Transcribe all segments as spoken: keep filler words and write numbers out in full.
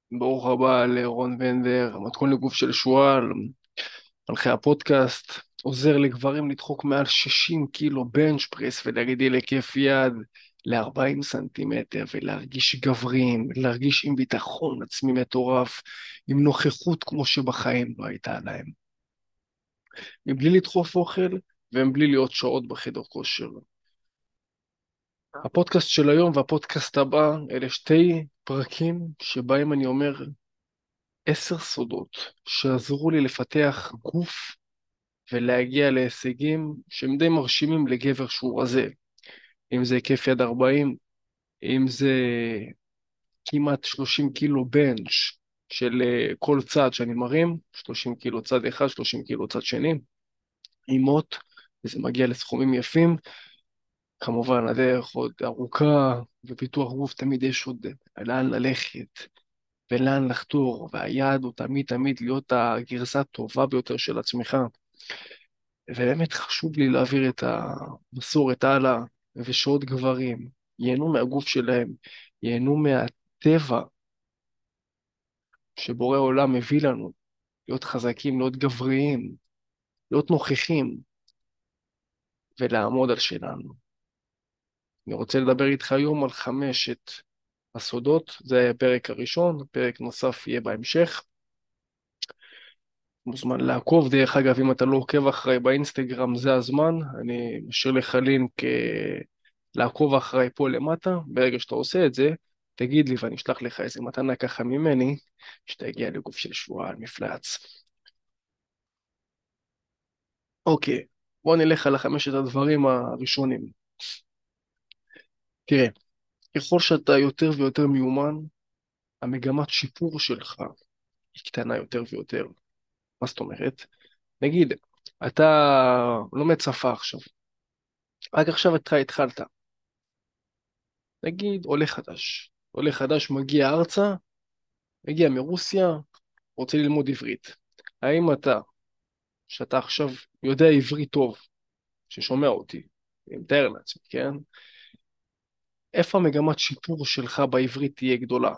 ברוך הבא לרון בנדר, המתכון לגוף של שועל, מנחה הפודקאסט, עוזר לגברים לדחוק מעל שישים קילו בנץ' פרס ולהגדיל היקף יד ל-ארבעים סנטימטר ולהרגיש גברים, להרגיש עם ביטחון עצמי מטורף, עם נוכחות כמו שבחיים לא הייתה להם, מבלי לדחוף אוכל ומבלי להיות שעות בחדר כושר. הפודקאסט של היום והפודקאסט הבא אלה שתי פרקים שבהם אני אומר עשר סודות שעזרו לי לפתח גוף ולהגיע להישגים שהם די מרשימים לגבר שהוא רזה. אם זה היקף יד ארבעים, אם זה כמעט שלושים קילו בנץ' של אה, כל צד שאני מרים, שלושים קילו צד אחד, שלושים קילו צד שני, עם מוט, וזה מגיע לסכומים יפים. כמובן, הדרך עוד ארוכה, ופיתוח גוף תמיד יש עוד לאן ללכת ולאן לחתור, והיעד הוא תמיד תמיד להיות הגרסה הטובה ביותר של עצמך. ובאמת חשוב לי להעביר את המסורת הלאה, ושעוד גברים ייהנו מהגוף שלהם, ייהנו מהטבע שבורא עולם מביא לנו, להיות חזקים, להיות גבריים, להיות נוכחים ולעמוד על שלנו. אני רוצה לדבר איתך היום על חמשת הסודות, זה היה הפרק הראשון, פרק נוסף יהיה בהמשך. מוזמן לעקוב, דרך אגב, אם אתה לא עוקב אחריי באינסטגרם, זה הזמן, אני משאיר לך לינק אה, לעקוב אחריי פה למטה. ברגע שאתה עושה את זה, תגיד לי ואני אשלח לך איזה מתנה ככה ממני, שתגיע לגוף של שבועה על מפלץ. אוקיי, בוא נלך על החמשת הדברים הראשונים. תראה, ככל שאתה יותר ויותר מיומן, המגמת שיפור שלך היא קטנה יותר ויותר. מה זאת אומרת? נגיד, אתה לומד שפה עכשיו, רק עכשיו אתה התחלת, נגיד עולה חדש. עולה חדש מגיע ארצה, מגיע מרוסיה, רוצה ללמוד עברית. האם אתה, שאתה עכשיו יודע עברית טוב, ששומע אותי, אני מתאר לעצמי, כן? איפה המגמת שיפור שלך בעברית תהיה גדולה?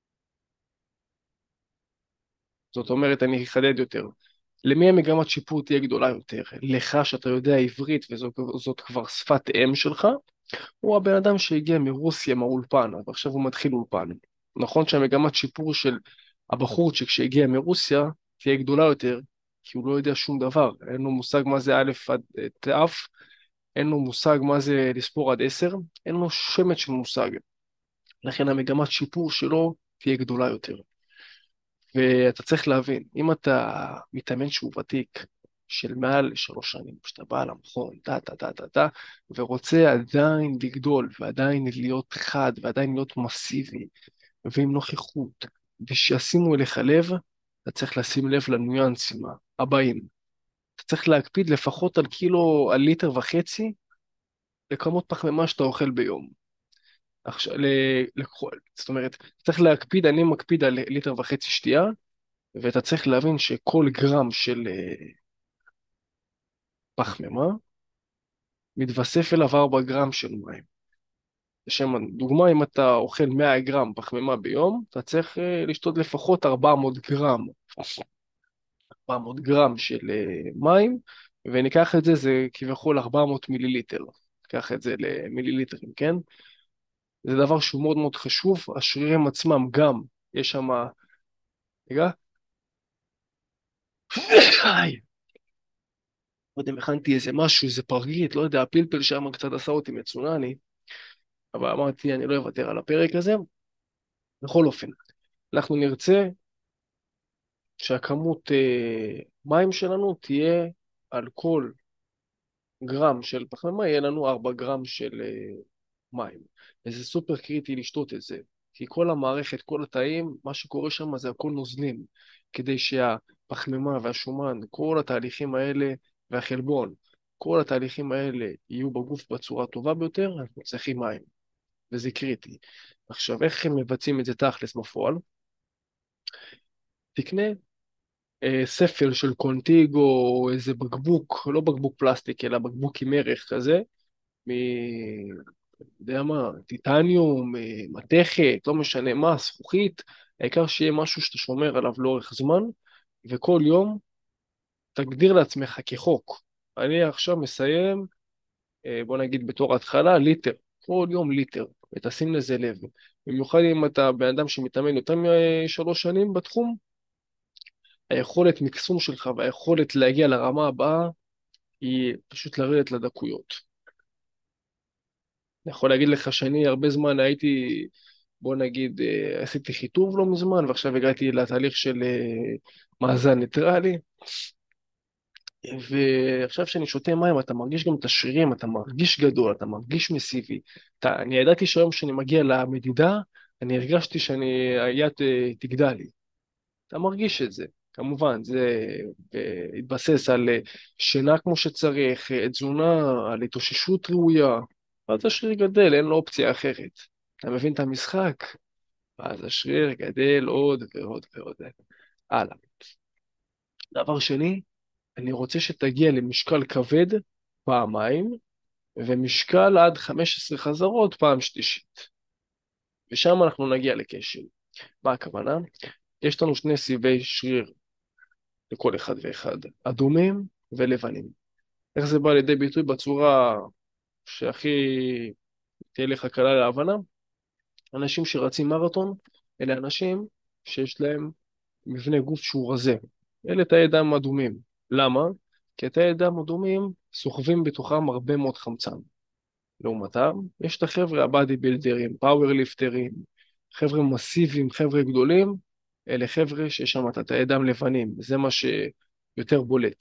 זאת אומרת, אני אחדד יותר. למי המגמת שיפור תהיה גדולה יותר? לך שאתה יודע עברית וזאת כבר שפת אם שלך, או הבן אדם שהגיע מרוסיה מהאולפן, ועכשיו הוא מתחיל אולפן. נכון שהמגמת שיפור של הבחורצ'יק שהגיע מרוסיה תהיה גדולה יותר, כי הוא לא יודע שום דבר, אין לו מושג מה זה א' עד אה, ת', אין לו מושג מה זה לספור עד עשר, אין לו שמץ של מושג. לכן המגמת שיפור שלו תהיה גדולה יותר. ואתה צריך להבין, אם אתה מתאמן שהוא ותיק, של מעל שלוש שנים, שאתה בא למכון, טה טה טה טה טה, ורוצה עדיין לגדול, ועדיין להיות חד, ועדיין להיות מסיבי, ועם נוכחות, ושישימו אליך לב, אתה צריך לשים לב לניואנסים הבאים. אתה צריך להקפיד לפחות על קילו, על ליטר וחצי, לכמות פחמימה שאתה אוכל ביום. עכשיו, ל... לכל, זאת אומרת, צריך להקפיד, אני מקפיד על ליטר וחצי שתייה, ואתה צריך להבין שכל גרם של אה, פחמימה מתווסף אליו ארבע גרם של מים. לשם דוגמה, אם אתה אוכל מאה גרם פחמימה ביום, אתה צריך אה, לשתות לפחות ארבע מאות גרם, ארבע מאות גרם של אה, מים, וניקח את זה, זה כביכול ארבע מאות מיליליטר. ניקח את זה למיליליטרים, כן? זה דבר שהוא מאוד מאוד חשוב, השרירים עצמם גם, יש שם, רגע, איי, קודם הכנתי איזה משהו, איזה פרגית, לא יודע, הפלפל שם קצת עשה אותי מצונני, אבל אמרתי, אני לא אוותר על הפרק הזה. בכל אופן, אנחנו נרצה שהכמות אה, מים שלנו תהיה על כל גרם של פחמימה, יהיה לנו ארבע גרם של אה, מים. וזה סופר קריטי לשתות את זה, כי כל המערכת, כל התאים, מה שקורה שם זה הכל נוזלים, כדי שהפחמימה והשומן, כל התהליכים האלה, והחלבון, כל התהליכים האלה יהיו בגוף בצורה הטובה ביותר, אנחנו צריכים מים, וזה קריטי. עכשיו, איך הם מבצעים את זה תכלס בפועל? תקנה אה, ספל של קונטיגו, או איזה בקבוק, לא בקבוק פלסטיק, אלא בקבוק עם ערך כזה, מ... יודע מה, טיטניום, אה, מתכת, לא משנה מה, זכוכית, העיקר שיהיה משהו שאתה שומר עליו לאורך זמן, וכל יום תגדיר לעצמך כחוק. אני עכשיו מסיים, אה, בוא נגיד בתור התחלה, ליטר. כל יום ליטר, ותשים לזה לב. במיוחד אם אתה בן אדם שמתאמן יותר משלוש שנים בתחום, היכולת מקסום שלך והיכולת להגיע לרמה הבאה היא פשוט לרדת לדקויות. אני יכול להגיד לך שאני הרבה זמן הייתי, בוא נגיד, אה, עשיתי חיטוב לא מזמן, ועכשיו הגעתי לתהליך של אה, מאזן ניטרלי, ועכשיו כשאני שותה מים אתה מרגיש גם את השרירים, אתה מרגיש גדול, אתה מרגיש מסיבי. אתה, אני ידעתי שהיום כשאני מגיע למדידה, אני הרגשתי שאני, היד אה, תגדל לי. אתה מרגיש את זה. כמובן, זה אה, התבסס על אה, שינה כמו שצריך, אה, תזונה, על התאוששות ראויה, ואז השריר גדל, אין לו אופציה אחרת. אתה מבין את המשחק? ואז השריר גדל עוד ועוד ועוד. הלאה. דבר שני, אני רוצה שתגיע למשקל כבד פעמיים, ומשקל עד חמש עשרה חזרות פעם שלישית. ושם אנחנו נגיע לכשל. מה הכוונה? יש לנו שני סיבי שריר לכל אחד ואחד, אדומים ולבנים. איך זה בא לידי ביטוי בצורה שהכי תהיה לך קלה להבנה? אנשים שרצים מרתון, אלה אנשים שיש להם מבנה גוף שהוא רזה. אלה תאי דם אדומים. למה? כי תאי דם אדומים סוחבים בתוכם הרבה מאוד חמצן. לעומתם, יש את החבר'ה הבאדי בילדרים, פאוור ליפטרים, חבר'ה מסיביים, חבר'ה גדולים, אלה חבר'ה שיש שם את התאי דם לבנים, זה מה שיותר בולט.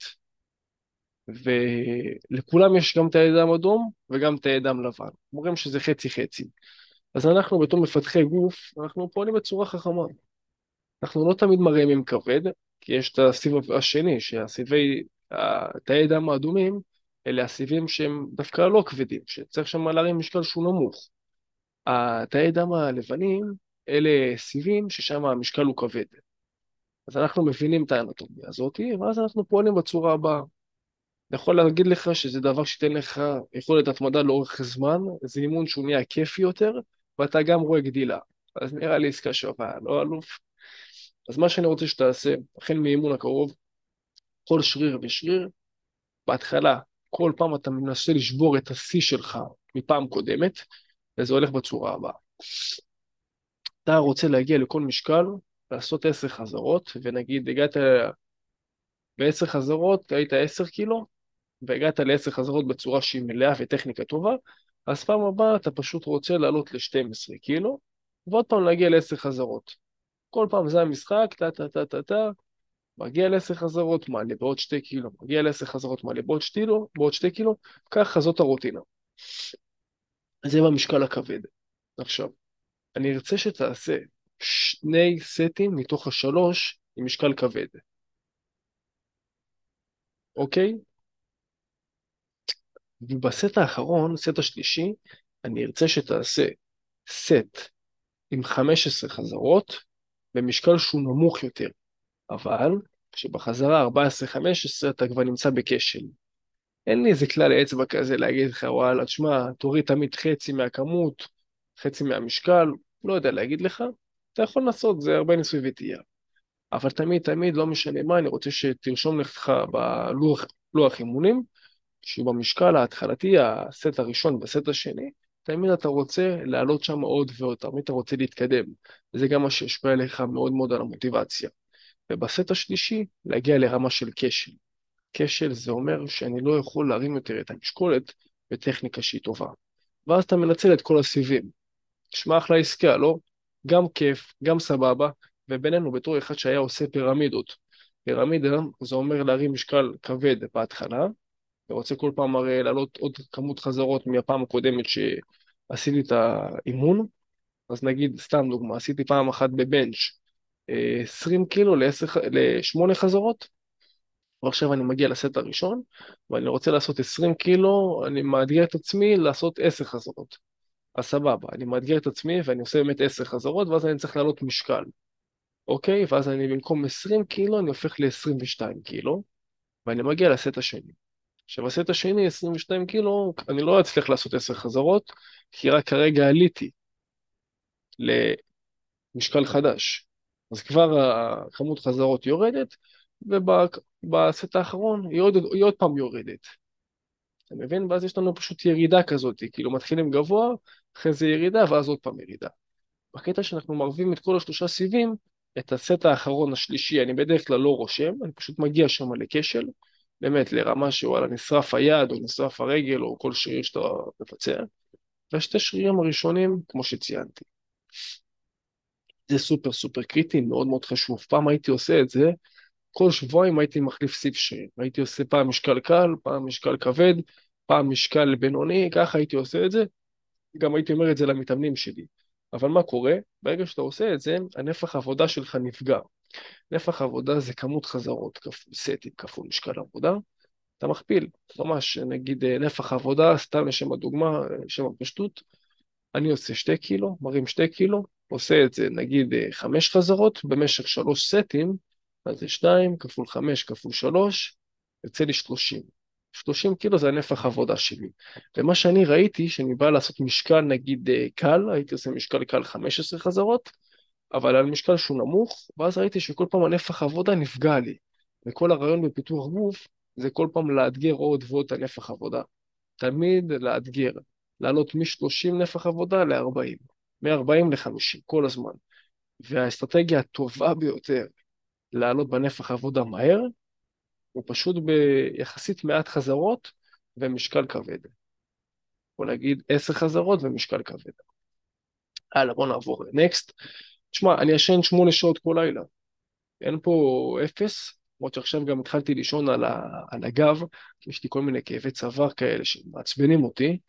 ולכולם יש גם תאי דם אדום וגם תאי דם לבן. אומרים שזה חצי חצי. אז אנחנו בתור מפתחי גוף, אנחנו פועלים בצורה חכמה. אנחנו לא תמיד מרימים כבד, כי יש את הסיב השני, שהסיבי, התאי דם האדומים, אלה הסיבים שהם דווקא לא כבדים, שצריך שם להרים משקל שהוא נמוך. התאי דם הלבנים, אלה סיבים ששם המשקל הוא כבד. אז אנחנו מבינים את האנטומיה הזאת, ואז אנחנו פועלים בצורה הבאה. אני יכול להגיד לך שזה דבר שייתן לך יכולת התמדה לאורך זמן, זה אימון שהוא נהיה כיפי יותר, ואתה גם רואה גדילה. אז נראה לי עסקה שווה, לא אלוף? אז מה שאני רוצה שתעשה, החל מאימון הקרוב, כל שריר ושריר, בהתחלה, כל פעם אתה מנסה לשבור את השיא שלך מפעם קודמת, וזה הולך בצורה הבאה. אתה רוצה להגיע לכל משקל, לעשות עשר חזרות, ונגיד הגעת בעשר חזרות, היית עשר קילו, והגעת לעשר חזרות בצורה שהיא מלאה וטכניקה טובה, אז פעם הבאה אתה פשוט רוצה לעלות ל-שתים עשרה קילו, ועוד פעם להגיע ל-עשר חזרות. כל פעם זה המשחק, טה טה טה טה טה, מגיע ל-עשר חזרות, מעלה בעוד שתי קילו, מגיע ל-עשר חזרות, מעלה בעוד שתי קילו, בעוד שתי קילו, ככה זאת הרוטינה. זה במשקל הכבד. עכשיו, אני ארצה שתעשה שני סטים מתוך השלוש עם משקל כבד, אוקיי? ובסט האחרון, סט השלישי, אני ארצה שתעשה סט עם חמש עשרה חזרות במשקל שהוא נמוך יותר, אבל כשבחזרה ארבע עשרה חמש עשרה אתה כבר נמצא בכשל. אין לי איזה כלל אצבע כזה להגיד לך, וואלה, תשמע, תוריד תמיד חצי מהכמות, חצי מהמשקל, לא יודע להגיד לך, אתה יכול לנסות, זה הרבה ניסוי וטעייה. אבל תמיד, תמיד, לא משנה מה, אני רוצה שתרשום לך בלוח לוח אימונים, שהוא במשקל ההתחלתי, הסט הראשון בסט השני, תמיד אתה רוצה לעלות שם עוד ועוד, תמיד אתה רוצה להתקדם. וזה גם מה שישפיע עליך מאוד מאוד על המוטיבציה. ובסט השלישי, להגיע לרמה של כשל. כשל זה אומר שאני לא יכול להרים יותר את המשקולת בטכניקה שהיא טובה. ואז אתה מנצל את כל הסיבים. תשמע אחלה עסקה, לא? גם כיף, גם סבבה, ובינינו בתור אחד שהיה עושה פירמידות. פירמידה זה אומר להרים משקל כבד בהתחלה, ורוצה כל פעם הרי לעלות עוד כמות חזרות מהפעם הקודמת שעשיתי את האימון, אז נגיד, סתם דוגמה, עשיתי פעם אחת בבנץ' אה, עשרים קילו ל-שמונה חזרות, ועכשיו אני מגיע לסט הראשון, ואני רוצה לעשות עשרים קילו, אני מאתגר את עצמי לעשות עשר חזרות. אז סבבה, אני מאתגר את עצמי ואני עושה באמת עשר חזרות, ואז אני צריך לעלות משקל, אוקיי? ואז אני במקום עשרים קילו, אני הופך ל-עשרים ושתיים קילו, ואני מגיע לסט השני. עכשיו, הסט השני, עשרים ושתיים קילו, אני לא אצליח לעשות עשר חזרות, כי רק כרגע עליתי למשקל חדש. אז כבר הכמות חזרות יורדת, ובסט האחרון היא עוד, היא עוד פעם יורדת. אתה מבין? ואז יש לנו פשוט ירידה כזאת, כאילו מתחילים גבוה, אחרי זה ירידה, ואז עוד פעם ירידה. בקטע שאנחנו מערבים את כל השלושה סיבים, את הסט האחרון השלישי, אני בדרך כלל לא רושם, אני פשוט מגיע שם לכשל, באמת לרמה שוואלה נשרף היד, או נשרף הרגל, או כל שריר שאתה מבצע, והשתי שרירים הראשונים, כמו שציינתי. זה סופר סופר קריטי, מאוד מאוד חשוב. פעם הייתי עושה את זה, כל שבועיים הייתי מחליף סיב שריר. הייתי עושה פעם משקל קל, פעם משקל כבד, פעם משקל בינוני, ככה הייתי עושה את זה. גם הייתי אומר את זה למתאמנים שלי. אבל מה קורה? ברגע שאתה עושה את זה, הנפח העבודה שלך נפגע. נפח העבודה זה כמות חזרות כפול סטים כפול משקל עבודה. אתה מכפיל, ממש, נגיד נפח העבודה, סתם לשם הדוגמה, לשם הפשטות, אני עושה שתי קילו, מרים שתי קילו, עושה את זה נגיד אה, חמש חזרות במשך שלוש סטים, אז זה שתיים כפול חמש כפול שלוש, יוצא לי שלושים. שלושים קילו זה הנפח העבודה שלי. ומה שאני ראיתי, שאני בא לעשות משקל נגיד אה, קל, הייתי עושה משקל קל חמש עשרה חזרות, אבל על משקל שהוא נמוך, ואז ראיתי שכל פעם הנפח העבודה נפגע לי. וכל הרעיון בפיתוח גוף זה כל פעם לאתגר עוד ועוד את הנפח העבודה. תמיד לאתגר, לעלות מ-שלושים נפח עבודה ל-ארבעים, מ-ארבעים ל-חמישים, כל הזמן. והאסטרטגיה הטובה ביותר לעלות בנפח עבודה מהר, הוא פשוט ביחסית מעט חזרות ומשקל כבד. בוא נגיד עשר חזרות ומשקל כבד. הלאה, בוא נעבור לנקסט. תשמע, אני ישן שמונה שעות כל לילה. אין פה אפס, למרות שעכשיו גם התחלתי לישון על, ה... על הגב, כי יש לי כל מיני כאבי צוואר כאלה שמעצבנים אותי,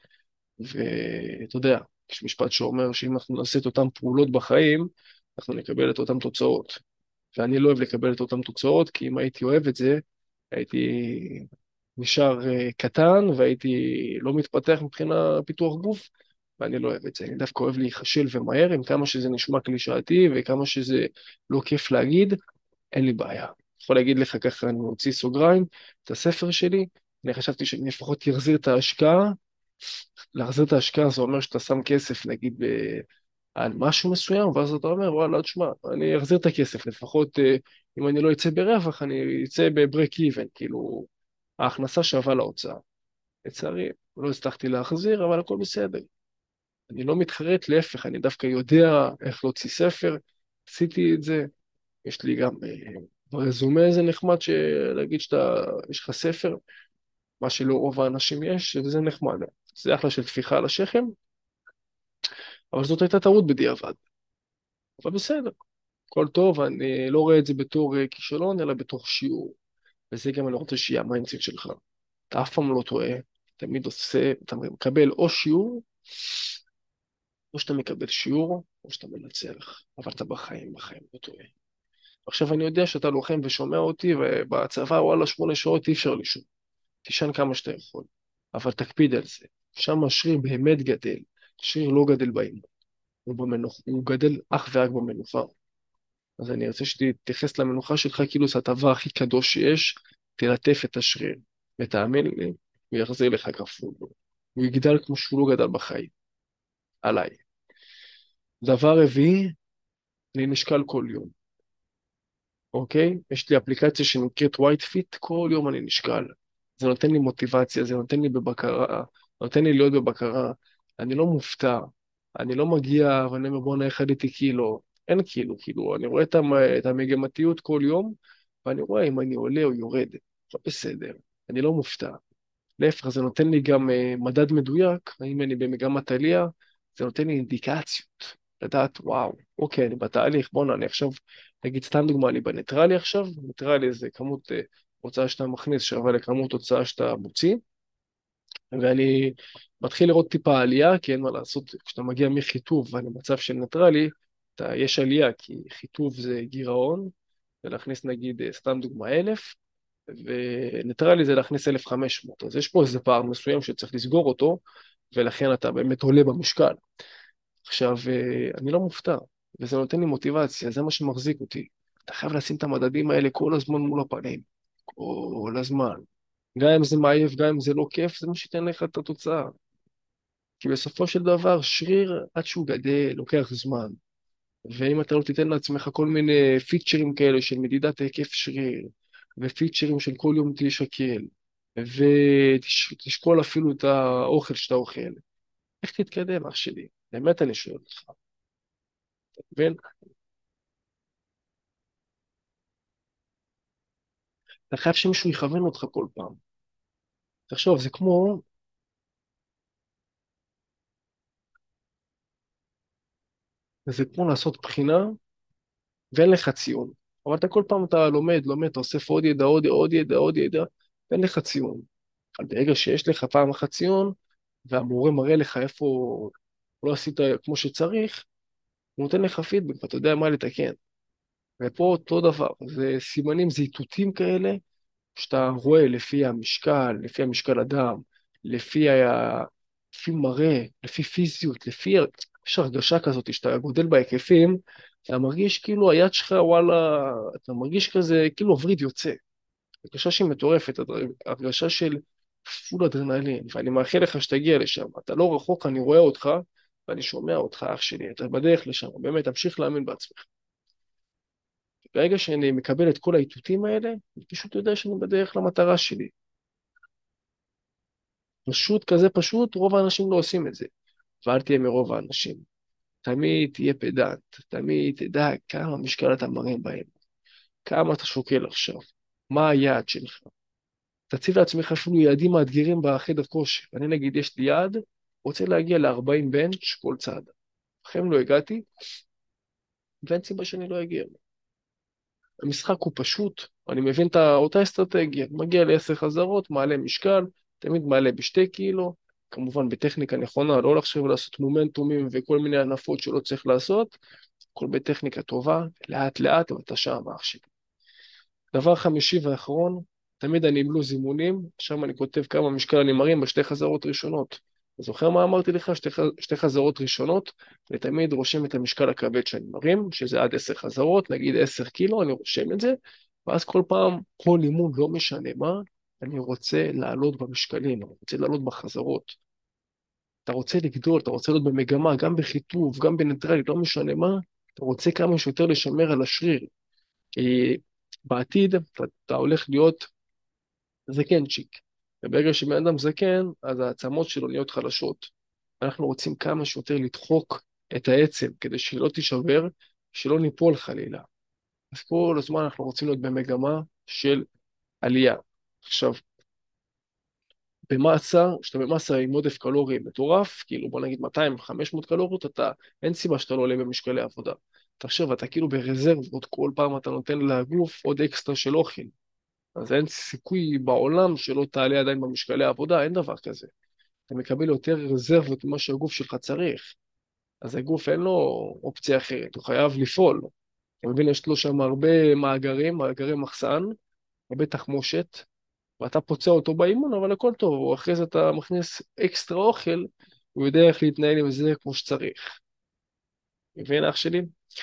ואתה יודע, יש משפט שאומר שאם אנחנו נעשה את אותן פעולות בחיים, אנחנו נקבל את אותן תוצאות. ואני לא אוהב לקבל את אותן תוצאות, כי אם הייתי אוהב את זה, הייתי נשאר אה, קטן, והייתי לא מתפתח מבחינה פיתוח גוף, ואני לא אוהב את זה. אני דווקא אוהב להיכשל ומהר, עם כמה שזה נשמע קלישאתי, וכמה שזה לא כיף להגיד, אין לי בעיה. יכול להגיד לך ככה, אני מוציא סוגריים, את הספר שלי, אני חשבתי שאני לפחות אחזיר את ההשקעה, להחזיר את ההשקעה זה אומר שאתה שם כסף נגיד ב... על משהו מסוים, ואז אתה אומר, וואלה, תשמע, אני אחזיר את הכסף, לפחות אה, אם אני לא אצא ברווח, אני אצא בברק איבן, כאילו, ההכנסה שווה להוצאה. לצערי, לא הצלחתי להחזיר, אבל הכל בסדר. אני לא מתחרט, להפך, אני דווקא יודע איך להוציא ספר, עשיתי את זה, יש לי גם אה, ברזומה איזה נחמד של- להגיד שאתה, יש לך ספר, מה שלא רוב האנשים יש, וזה נחמד. זה אחלה של טפיחה על השכם, אבל זאת הייתה טעות בדיעבד. אבל בסדר, הכל טוב, אני לא רואה את זה בתור אה, כישלון, אלא בתור שיעור. וזה גם אני רוצה שיהיה המיינדסט שלך. אתה אף פעם לא טועה, תמיד עושה, אתה מקבל או שיעור, או שאתה מקבל שיעור, או שאתה מנצח. אבל אתה בחיים, בחיים לא טועה. עכשיו אני יודע שאתה לוחם ושומע אותי, ובצבא, וואלה, שמונה שעות אי אפשר לישון. תישן כמה שאתה יכול, אבל תקפיד על זה. שם השריר באמת גדל, שריר לא גדל באימון. הוא, במנוח, הוא גדל אך ורק במנוחה. אז אני רוצה שתתייחס למנוחה שלך כאילו זה הדבר הכי קדוש שיש, תלטף את השריר. ותאמין לי, הוא יחזיר לך כפול. הוא יגדל כמו שהוא לא גדל בחיים. עליי. דבר רביעי, אני נשקל כל יום. אוקיי? יש לי אפליקציה שנקראת WhiteFit, כל יום אני נשקל. זה נותן לי מוטיבציה, זה נותן לי בבקרה, נותן לי להיות בבקרה. אני לא מופתע, אני לא מגיע ואני אומר בוא נאחד איתי קילו. אין קילו, כאילו, אני רואה את המ- את המגמתיות כל יום, ואני רואה אם אני עולה או יורד. לא בסדר, אני לא מופתע. להפך, זה נותן לי גם אה, מדד מדויק, האם אני במגמת עלייה, זה נותן לי אינדיקציות, לדעת, וואו, אוקיי, אני בתהליך, בוא'נה, אני עכשיו, נגיד סתם דוגמה, אני בניטרלי עכשיו, ניטרלי זה כמות אה, הוצאה שאתה מכניס שווה לכמות הוצאה שאתה מוציא, ואני מתחיל לראות טיפה עלייה, כי אין מה לעשות, כשאתה מגיע מחיטוב ואני במצב של ניטרלי, אתה, יש עלייה, כי חיטוב זה גירעון, ולהכניס נגיד, אה, סתם דוגמה, אלף, וניטרלי זה להכניס אלף וחמש מאות, אז יש פה איזה פער מסוים שצריך לסגור אותו, ולכן אתה באמת עולה במשקל. עכשיו, אה, אני לא מופתע, וזה נותן לי מוטיבציה, זה מה שמחזיק אותי. אתה חייב לשים את המדדים האלה כל הזמן מול הפנים, כל הזמן. גם אם זה מעייף, גם אם זה לא כיף, זה מה שייתן לך את התוצאה. כי בסופו של דבר, שריר, עד שהוא גדל, לוקח זמן. ואם אתה לא תיתן לעצמך כל מיני פיצ'רים כאלה של מדידת היקף שריר, ופיצ'רים של כל יום תשקל, ותשקול אפילו את האוכל שאתה אוכל, איך תתקדם, אח שלי? באמת אני שואל אותך, אתה מבין? אתה חייב שמישהו יכוון אותך כל פעם. תחשוב, זה כמו, זה כמו לעשות בחינה ואין לך ציון. אבל אתה כל פעם אתה לומד, לומד, אתה אוסף עוד ידע, עוד, עוד ידע, עוד ידע, ואין לך ציון. אבל ברגע שיש לך פעם אחת ציון, והמורה מראה לך איפה לא עשית כמו שצריך, הוא נותן לך פידבק, ואתה יודע מה לתקן. ופה אותו דבר, זה סימנים, זה איתותים כאלה, שאתה רואה לפי המשקל, לפי המשקל אדם, לפי, ה... לפי מראה, לפי פיזיות, לפי... יש הרגשה כזאת, שאתה גודל בהיקפים, אתה מרגיש כאילו היד שלך, וואלה, אתה מרגיש כזה, כאילו הווריד יוצא. הרגשה שהיא מטורפת, הרגשה של פול אדרנלין, ואני מאחל לך שתגיע לשם. אתה לא רחוק, אני רואה אותך, ואני שומע אותך, אח שלי, אתה בדרך לשם, באמת, תמשיך להאמין בעצמך. ברגע שאני מקבל את כל האיתותים האלה, אני פשוט יודע שאני בדרך למטרה שלי. פשוט כזה פשוט, רוב האנשים לא עושים את זה. ואל תהיה מרוב האנשים. תמיד תהיה פדנט, תמיד תדע כמה משקל אתה מרים בהם, כמה אתה שוקל עכשיו, מה היעד שלך. תציב לעצמך אפילו יעדים מאתגרים בחדר כושר. אני נגיד, יש לי יעד, רוצה להגיע ל-ארבעים בנץ' כל צעד. לכן לא הגעתי, ואין סיבה שאני לא אגיע. המשחק הוא פשוט, אני מבין את אותה אסטרטגיה, מגיע לעשר חזרות, מעלה משקל, תמיד מעלה בשתי קילו, כמובן בטכניקה נכונה, לא לחשוב לעשות מומנטומים וכל מיני הנפות שלא צריך לעשות, הכל בטכניקה טובה, לאט לאט, ואתה שם, אח שלי. דבר חמישי ואחרון, תמיד אני עם לו"ז אימונים, שם אני כותב כמה משקל אני מרים בשתי חזרות ראשונות. אתה זוכר מה אמרתי לך? שתי, ח- שתי חזרות ראשונות, אני תמיד רושם את המשקל הכבד שאני מרים, שזה עד עשר חזרות, נגיד עשר קילו, אני רושם את זה, ואז כל פעם, כל אימון, לא משנה מה, אני רוצה לעלות במשקלים, אני רוצה לעלות בחזרות. אתה רוצה לגדול, אתה רוצה להיות במגמה, גם בחיטוב, גם בניטרלי, לא משנה מה, אתה רוצה כמה שיותר לשמר על השריר. כי בעתיד אתה, אתה הולך להיות זקנצ'יק, וברגע שבן אדם זקן, אז העצמות שלו נהיות חלשות. אנחנו רוצים כמה שיותר לדחוק את העצם, כדי שלא תישבר, שלא ניפול חלילה. אז כל הזמן אנחנו רוצים להיות במגמה של עלייה. עכשיו, במסה, כשאתה במסה עם עודף קלורי מטורף, כאילו בוא נגיד מאתיים חמש מאות קלוריות, אתה, אין סיבה שאתה לא עולה במשקלי עבודה. תחשוב, אתה כאילו ברזרבות, כל פעם אתה נותן לגוף עוד אקסטרה של אוכל. אז אין סיכוי בעולם שלא תעלה עדיין במשקלי העבודה, אין דבר כזה. אתה מקבל יותר רזרבות ממה שהגוף שלך צריך. אז הגוף אין לו אופציה אחרת, הוא חייב לפעול. אתה מבין, יש לו שם הרבה מאגרים, מאגרי מחסן, הרבה תחמושת, ואתה פוצע אותו באימון, אבל הכל טוב, או אחרי זה אתה מכניס אקסטרה אוכל, הוא יודע איך להתנהל עם זה כמו שצריך. מבין, אח שלי?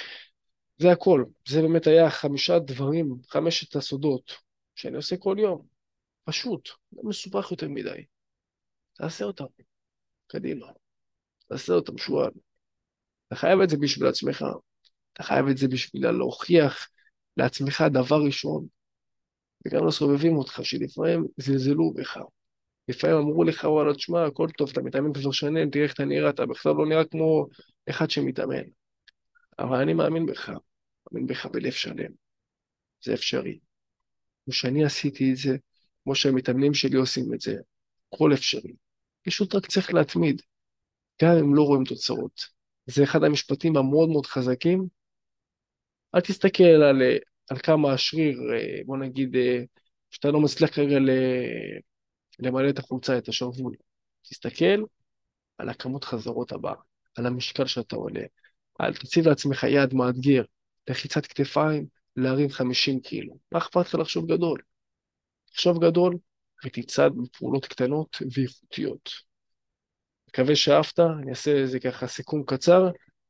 זה הכל. זה באמת היה חמישה דברים, חמשת הסודות, שאני עושה כל יום. פשוט, לא מסובך יותר מדי. תעשה אותם, קדימה. תעשה אותם שועל. אתה חייב את זה בשביל עצמך. אתה חייב את זה בשביל להוכיח לעצמך דבר ראשון, וגם לסובבים אותך, שלפעמים זלזלו בך. לפעמים אמרו לך, וואלה, תשמע, הכל טוב, אתה מתאמן כבר שנים, תראה איך אתה נראה, אתה בכלל לא נראה כמו אחד שמתאמן. אבל אני מאמין בך, מאמין בך בלב שלם. זה אפשרי. כמו שאני עשיתי את זה, כמו שהמתאמנים שלי עושים את זה, הכל אפשרי. פשוט רק צריך להתמיד, גם אם לא רואים תוצאות. זה אחד המשפטים המאוד מאוד חזקים. אל תסתכל על, אה, על כמה השריר, אה, בוא נגיד, אה, שאתה לא מצליח כרגע ל- למלא את החולצה, את השרוול. תסתכל על הכמות חזרות הבאה, על המשקל שאתה עולה. אל תציב לעצמך יעד מאתגר, לחיצת כתפיים, להרים חמישים קילו. מה אכפת לך לחשוב גדול? תחשוב גדול ותצעד בפעולות קטנות ואיכותיות. מקווה שאהבת, אני אעשה איזה ככה סיכום קצר.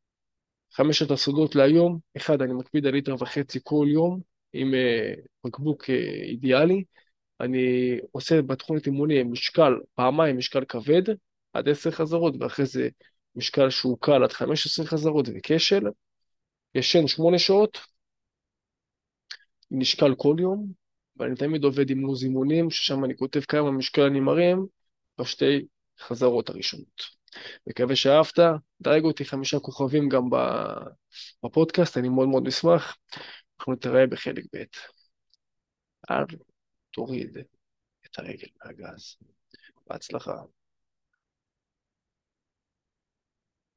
חמשת הסודות להיום, אחד, אני מקפיד על ליטר וחצי כל יום עם אה, בקבוק אה, אידיאלי. אני עושה בתכונת אימונים משקל, פעמיים משקל כבד עד עשר חזרות, ואחרי זה משקל שהוא קל עד חמש עשרה חזרות וכשל. ישן שמונה שעות, נשקל כל יום, ואני תמיד עובד עם לו"ז אימונים, ששם אני כותב כמה משקל אני מרים בשתי חזרות הראשונות. מקווה שאהבת, דרג אותי חמישה כוכבים גם ב- בפודקאסט, אני מאוד מאוד אשמח. אנחנו נתראה בחלק ב'. אל תוריד את הרגל מהגז. בהצלחה.